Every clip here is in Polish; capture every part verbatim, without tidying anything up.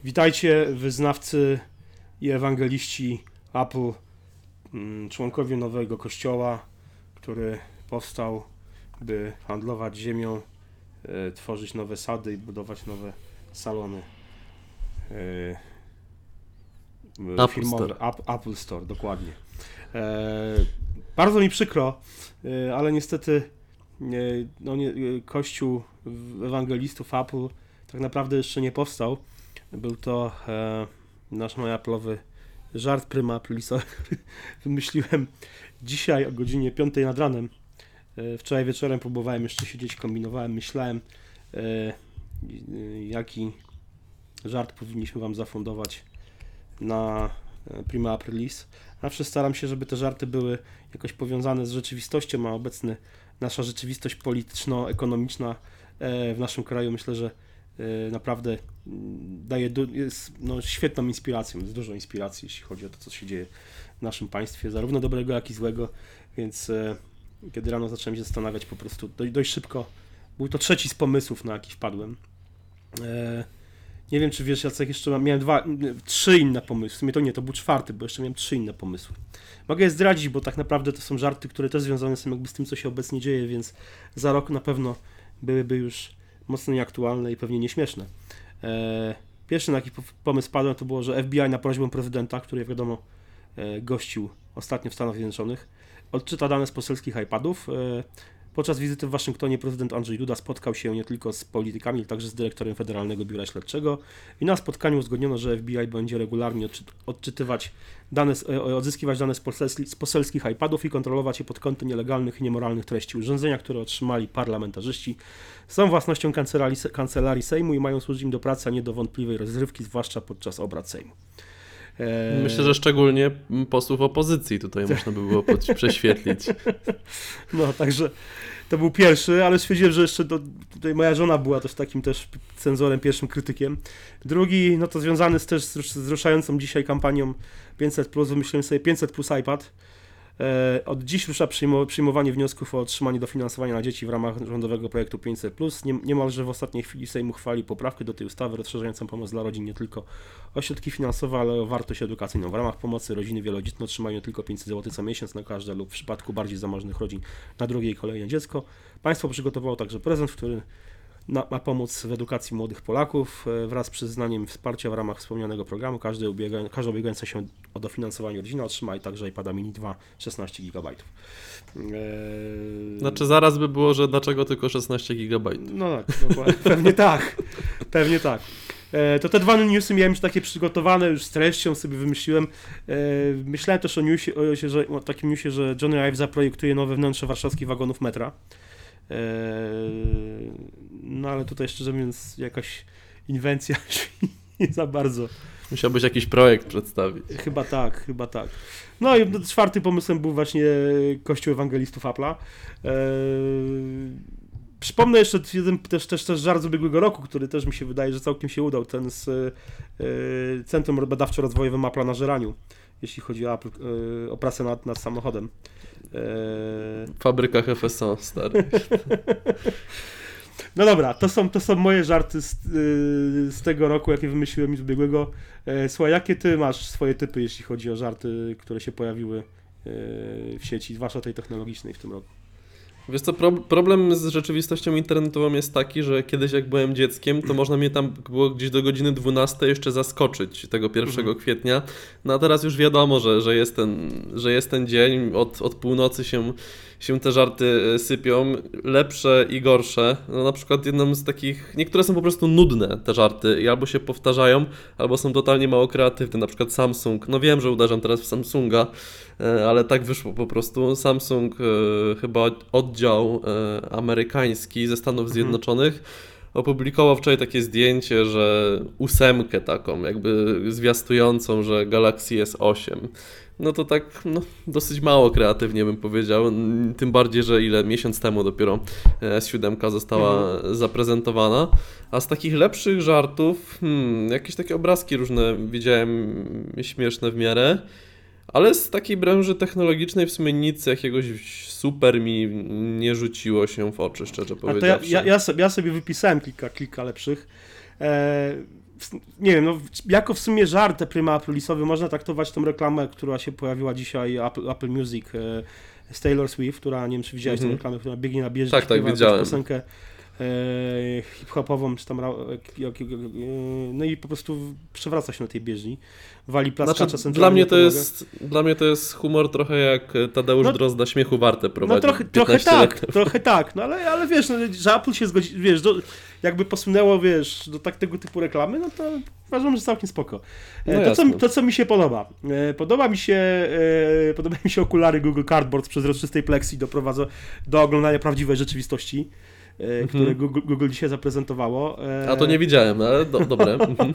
Witajcie, wyznawcy i ewangeliści Apple, członkowie nowego kościoła, który powstał, by handlować ziemią, tworzyć nowe sady i budować nowe salony Apple firmowe. Store. Apple Store, dokładnie. Bardzo mi przykro, ale niestety no nie, kościół ewangelistów Apple tak naprawdę jeszcze nie powstał. Był to e, nasz mój Apple'owy żart prima aprilisowy, który wymyśliłem dzisiaj o godzinie piątej nad ranem. E, wczoraj wieczorem próbowałem jeszcze siedzieć, kombinowałem, myślałem e, e, jaki żart powinniśmy wam zafundować na prima aprilis. Zawsze staram się, żeby te żarty były jakoś powiązane z rzeczywistością, a obecny nasza rzeczywistość polityczno-ekonomiczna e, w naszym kraju myślę, że naprawdę daje du- jest no, świetną inspiracją, jest dużo inspiracji, jeśli chodzi o to, co się dzieje w naszym państwie, zarówno dobrego, jak i złego, więc e, kiedy rano zacząłem się zastanawiać po prostu dość, dość szybko, był to trzeci z pomysłów, na jaki wpadłem. E, nie wiem, czy wiesz, Jacek, jeszcze mam, miałem dwa, trzy inne pomysły, w sumie to nie, to był czwarty, bo jeszcze miałem trzy inne pomysły. Mogę je zdradzić, bo tak naprawdę to są żarty, które też związane są jakby z tym, co się obecnie dzieje, więc za rok na pewno byłyby już mocno nieaktualne i pewnie nieśmieszne. E, pierwszy, na jaki pomysł padłem, to było, że F B I na prośbę prezydenta, który jak wiadomo e, gościł ostatnio w Stanach Zjednoczonych, odczyta dane z poselskich iPadów. E, podczas wizyty w Waszyngtonie prezydent Andrzej Duda spotkał się nie tylko z politykami, ale także z dyrektorem Federalnego Biura Śledczego i na spotkaniu uzgodniono, że F B I będzie regularnie odczy- odczytywać dane, odzyskiwać dane z, poselski, z poselskich iPadów i kontrolować je pod kątem nielegalnych i niemoralnych treści. Urządzenia, które otrzymali parlamentarzyści, są własnością kancelarii, kancelarii Sejmu i mają służyć im do pracy, a nie do wątpliwej rozrywki, zwłaszcza podczas obrad Sejmu. Eee... Myślę, że szczególnie posłów opozycji tutaj można by było prześwietlić. No, także to był pierwszy, ale stwierdziłem, że jeszcze do, tutaj moja żona była też takim też cenzorem, pierwszym krytykiem. Drugi, no to związany z też z ruszającą dzisiaj kampanią pięćset plus, wymyśliłem sobie pięćset plus iPad. E, od dziś rusza przyjmow- przyjmowanie wniosków o otrzymanie dofinansowania na dzieci w ramach rządowego projektu pięćset plus. Nie, niemalże w ostatniej chwili Sejm uchwali poprawkę do tej ustawy rozszerzającą pomoc dla rodzin nie tylko o środki finansowe, ale o wartość edukacyjną. W ramach pomocy rodziny wielodzietne otrzymają nie tylko pięćset złotych co miesiąc na każde lub w przypadku bardziej zamożnych rodzin na drugie i kolejne dziecko. Państwo przygotowało także prezent, w którym Na, ma pomóc w edukacji młodych Polaków wraz z przyznaniem wsparcia w ramach wspomnianego programu. Każdy ubiega, każda ubiegająca się o dofinansowanie rodzina otrzyma i także iPada mini dwa, szesnaście gigabajtów. Eee... Znaczy zaraz by było, że dlaczego tylko szesnaście gigabajtów? No tak, no, pewnie tak, pewnie tak. Eee, to te dwa newsy miałem już takie przygotowane, już z treścią sobie wymyśliłem. Eee, myślałem też o, newsie, o, że, o takim newsie, że Johnny Ive zaprojektuje nowe wnętrze warszawskich wagonów metra. No ale tutaj szczerze mówiąc jakaś inwencja nie za bardzo. Musiałbyś jakiś projekt przedstawić. Chyba tak, chyba tak. No i czwartym pomysłem był właśnie Kościół Ewangelistów Apple'a. Eee, przypomnę jeszcze jeden też, też, też żart z ubiegłego roku, który też mi się wydaje, że całkiem się udał, ten z e, Centrum Badawczo-Rozwojowym Apple'a na Żeraniu, jeśli chodzi o, Apple, e, o pracę nad, nad samochodem. W fabrykach F S O, stary. No dobra, to są, to są moje żarty z, yy, z tego roku, jakie wymyśliłem z ubiegłego. Yy, słuchaj, jakie ty masz swoje typy, jeśli chodzi o żarty, które się pojawiły yy, w sieci, zwłaszcza tej technologicznej w tym roku? Wiesz co, pro, problem z rzeczywistością internetową jest taki, że kiedyś jak byłem dzieckiem, to można mnie tam było gdzieś do godziny dwunastej jeszcze zaskoczyć tego pierwszego mhm. kwietnia. No a teraz już wiadomo, że, że, jest, ten, że jest ten dzień, od, od północy się, się te żarty sypią, lepsze i gorsze. No na przykład jedną z takich, niektóre są po prostu nudne te żarty i albo się powtarzają, albo są totalnie mało kreatywne, na przykład Samsung. No wiem, że uderzam teraz w Samsunga, ale tak wyszło po prostu. Samsung e, chyba oddział e, amerykański ze Stanów mhm. Zjednoczonych opublikował wczoraj takie zdjęcie, że ósemkę taką, jakby zwiastującą, że Galaxy S osiem. No to tak no, dosyć mało kreatywnie bym powiedział, tym bardziej, że ile miesiąc temu dopiero S siedem została mhm. zaprezentowana. A z takich lepszych żartów, hmm, jakieś takie obrazki różne widziałem śmieszne w miarę. Ale z takiej branży technologicznej w sumie nic jakiegoś super mi nie rzuciło się w oczy, szczerze powiedziawszy. A to ja, ja, ja, sobie, ja sobie wypisałem kilka, kilka lepszych. E, nie wiem, no, jako w sumie żart prima aprilisowy można traktować tą reklamę, która się pojawiła dzisiaj, Apple, Apple Music z Taylor Swift, która, nie wiem czy widziałeś mm-hmm. tę reklamę, która biegnie na bieżni, tak, tak, widziałem. piosenkę e, hip-hopową, czy tam, e, jak, e, no i po prostu przewraca się na tej bieżni, wali plaskacza znaczy, centralnie. Dla mnie, to jest, dla mnie to jest humor trochę jak Tadeusz no, Drozda Śmiechu Warte prowadzi. No trochę, trochę tak, trochę tak, no ale, ale wiesz, no, że Apple się zgodzi, wiesz, do, jakby posunęło, wiesz, do tak, tego typu reklamy, no to uważam, że całkiem spoko. E, no to, co, to, co mi się podoba, e, podoba mi się, e, podoba mi się okulary Google Cardboard z przezroczystej pleksji doprowadzą do oglądania prawdziwej rzeczywistości, e, mm-hmm. które Google, Google dzisiaj zaprezentowało. E, A to nie widziałem, ale do, dobre.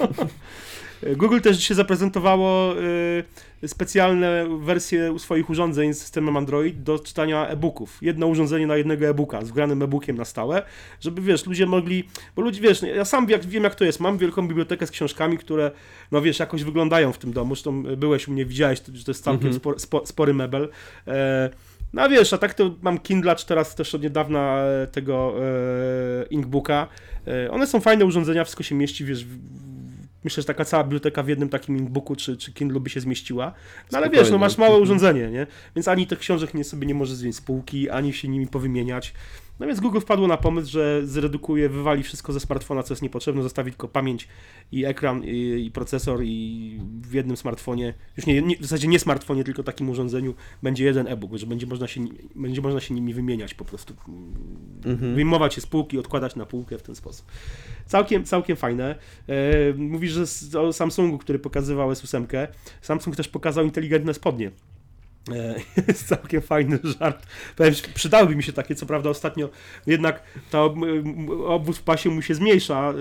Google też dzisiaj zaprezentowało y, specjalne wersje swoich urządzeń z systemem Android do czytania e-booków. Jedno urządzenie na jednego e-booka z wgranym e-bookiem na stałe, żeby wiesz, ludzie mogli, bo ludzie wiesz, ja sam jak, wiem jak to jest, mam wielką bibliotekę z książkami, które no wiesz, jakoś wyglądają w tym domu, zresztą byłeś u mnie, widziałeś, że to jest całkiem mm-hmm. spor, spo, spory mebel. E, no a wiesz, a tak to mam Kindle, czy teraz też od niedawna tego e, Inkbooka. E, one są fajne urządzenia, wszystko się mieści, wiesz, w, myślę, że taka cała biblioteka w jednym takim Inkbooku czy, czy Kindle by się zmieściła. No ale wiesz, no masz małe urządzenie, nie? Więc ani tych książek nie sobie nie możesz zdjąć z półki, ani się nimi powymieniać. No więc Google wpadło na pomysł, że zredukuje, wywali wszystko ze smartfona, co jest niepotrzebne, zostawi tylko pamięć i ekran i, i procesor i w jednym smartfonie, już nie, nie, w zasadzie nie smartfonie, tylko takim urządzeniu będzie jeden e-book, że będzie można się, będzie można się nimi wymieniać po prostu. Mhm. Wyjmować je z półki, odkładać na półkę w ten sposób. Całkiem, całkiem fajne. E, mówisz, że z, o Samsungu, który pokazywał S osiem, Samsung też pokazał inteligentne spodnie. Jest całkiem fajny żart. Powiem, przydałyby mi się takie, co prawda ostatnio jednak to obwód w pasie mu się zmniejsza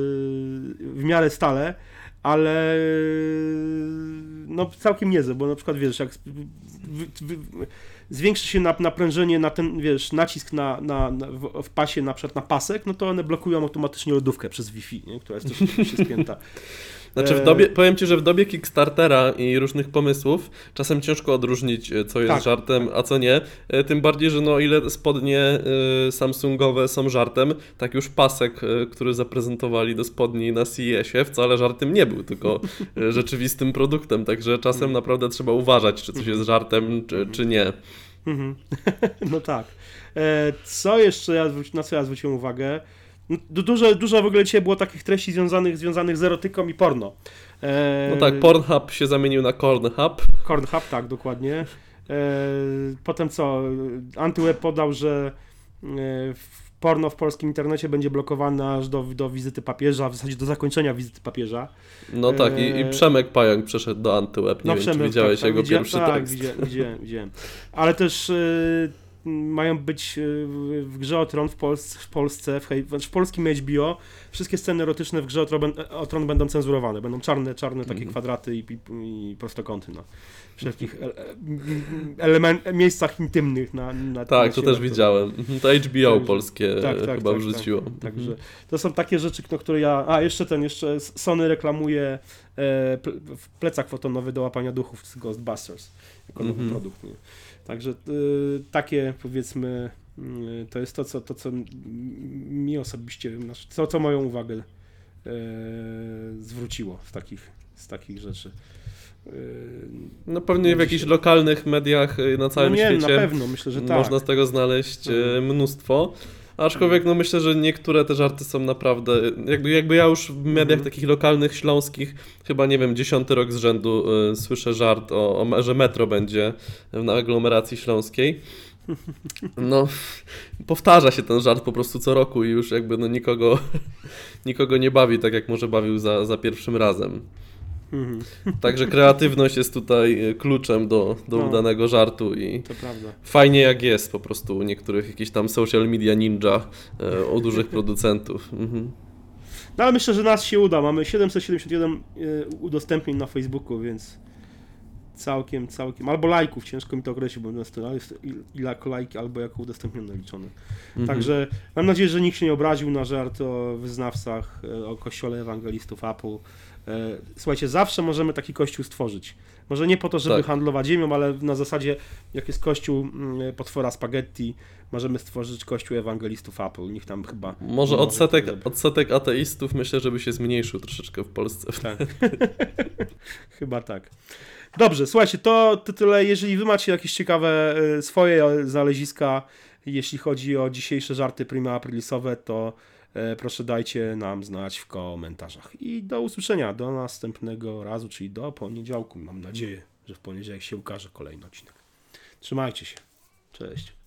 w miarę stale, ale no całkiem niezłe, bo na przykład wiesz, jak zwiększy się naprężenie na ten, wiesz, nacisk na, na, na, w, w pasie na przykład na pasek, no to one blokują automatycznie lodówkę przez Wi-Fi, nie? Która jest też oczywiście spięta. Znaczy w dobie, powiem Ci, że w dobie Kickstartera i różnych pomysłów czasem ciężko odróżnić, co jest tak, żartem, tak. a co nie. Tym bardziej, że no o ile spodnie y, Samsungowe są żartem, tak już pasek, y, który zaprezentowali do spodni na C E S ie, wcale żartem nie był, tylko y, rzeczywistym produktem. Także czasem mm. naprawdę trzeba uważać, czy coś jest żartem, czy, czy nie. Mm-hmm. No tak. E, co jeszcze, ja, na co ja zwróciłem uwagę? Dużo, dużo w ogóle dzisiaj było takich treści związanych, związanych z erotyką i porno. E... No tak, Pornhub się zamienił na Cornhub. Cornhub, tak, dokładnie. E... Potem co? Antyweb podał, że porno w polskim internecie będzie blokowane aż do, do wizyty papieża, w zasadzie do zakończenia wizyty papieża. No tak, i, i Przemek Pająk przeszedł do Antyweb. Nie no, wiem, Przemek, czy widziałeś tak, jego tak, pierwszy tak, tekst. Tak, widziałem, widziałem. Ale też... Y... mają być w Grze o Tron w Polsce, w, Polsce, w, w polskim H B O, wszystkie sceny erotyczne w Grze o Tron, o Tron będą cenzurowane, będą czarne, czarne takie mm. kwadraty i, i, i prostokąty na wszelkich element, miejscach intymnych. Na, na tak, to też widziałem. To H B O tak, polskie tak, tak, chyba tak, wrzuciło. Tak, także to są takie rzeczy, no, które ja... A, jeszcze ten, jeszcze Sony reklamuje e, plecak fotonowy do łapania duchów z Ghostbusters jako nowy mm-hmm. produkt. Nie? Także y, takie, powiedzmy, y, to jest to, co, to, co mi osobiście, co, co moją uwagę y, zwróciło z takich, z takich rzeczy. Y, no pewnie w jakichś lokalnych mediach na całym no nie, świecie na pewno, myślę, że tak. Można z tego znaleźć y, mnóstwo. Aczkolwiek no myślę, że niektóre te żarty są naprawdę, jakby, jakby ja już w mediach mm. takich lokalnych, śląskich, chyba nie wiem, dziesiąty rok z rzędu y, słyszę żart, o, o, że metro będzie na aglomeracji śląskiej. No, powtarza się ten żart po prostu co roku i już jakby no nikogo, nikogo nie bawi tak, jak może bawił za, za pierwszym razem. Mhm. Także kreatywność jest tutaj kluczem do, do no, udanego żartu i to prawda. Fajnie jak jest po prostu u niektórych jakichś tam social media ninja e, u dużych producentów. Mhm. No ale myślę, że nas się uda. Mamy siedemset siedemdziesiąt jeden e, udostępnień na Facebooku, więc całkiem, całkiem, albo lajków, ciężko mi to określić, bo jest jako lajki, albo jako udostępnione liczone. Mhm. Także mam nadzieję, że nikt się nie obraził na żart o wyznawcach, o kościole ewangelistów Apple. E, słuchajcie, zawsze możemy taki kościół stworzyć. Może nie po to, żeby Tak. handlować ziemią, ale na zasadzie, jak jest kościół mm, potwora spaghetti, możemy stworzyć kościół ewangelistów Apple. Niech tam chyba... Może nie odsetek, może- odsetek ateistów myślę, żeby się zmniejszył troszeczkę w Polsce. Tak. Chyba tak. Dobrze, słuchajcie, to, to tyle. Jeżeli wy macie jakieś ciekawe e, swoje znaleziska, jeśli chodzi o dzisiejsze żarty prima aprilisowe, to e, proszę dajcie nam znać w komentarzach. I do usłyszenia, do następnego razu, czyli do poniedziałku. Mam nadzieję, że w poniedziałek się ukaże kolejny odcinek. Trzymajcie się. Cześć.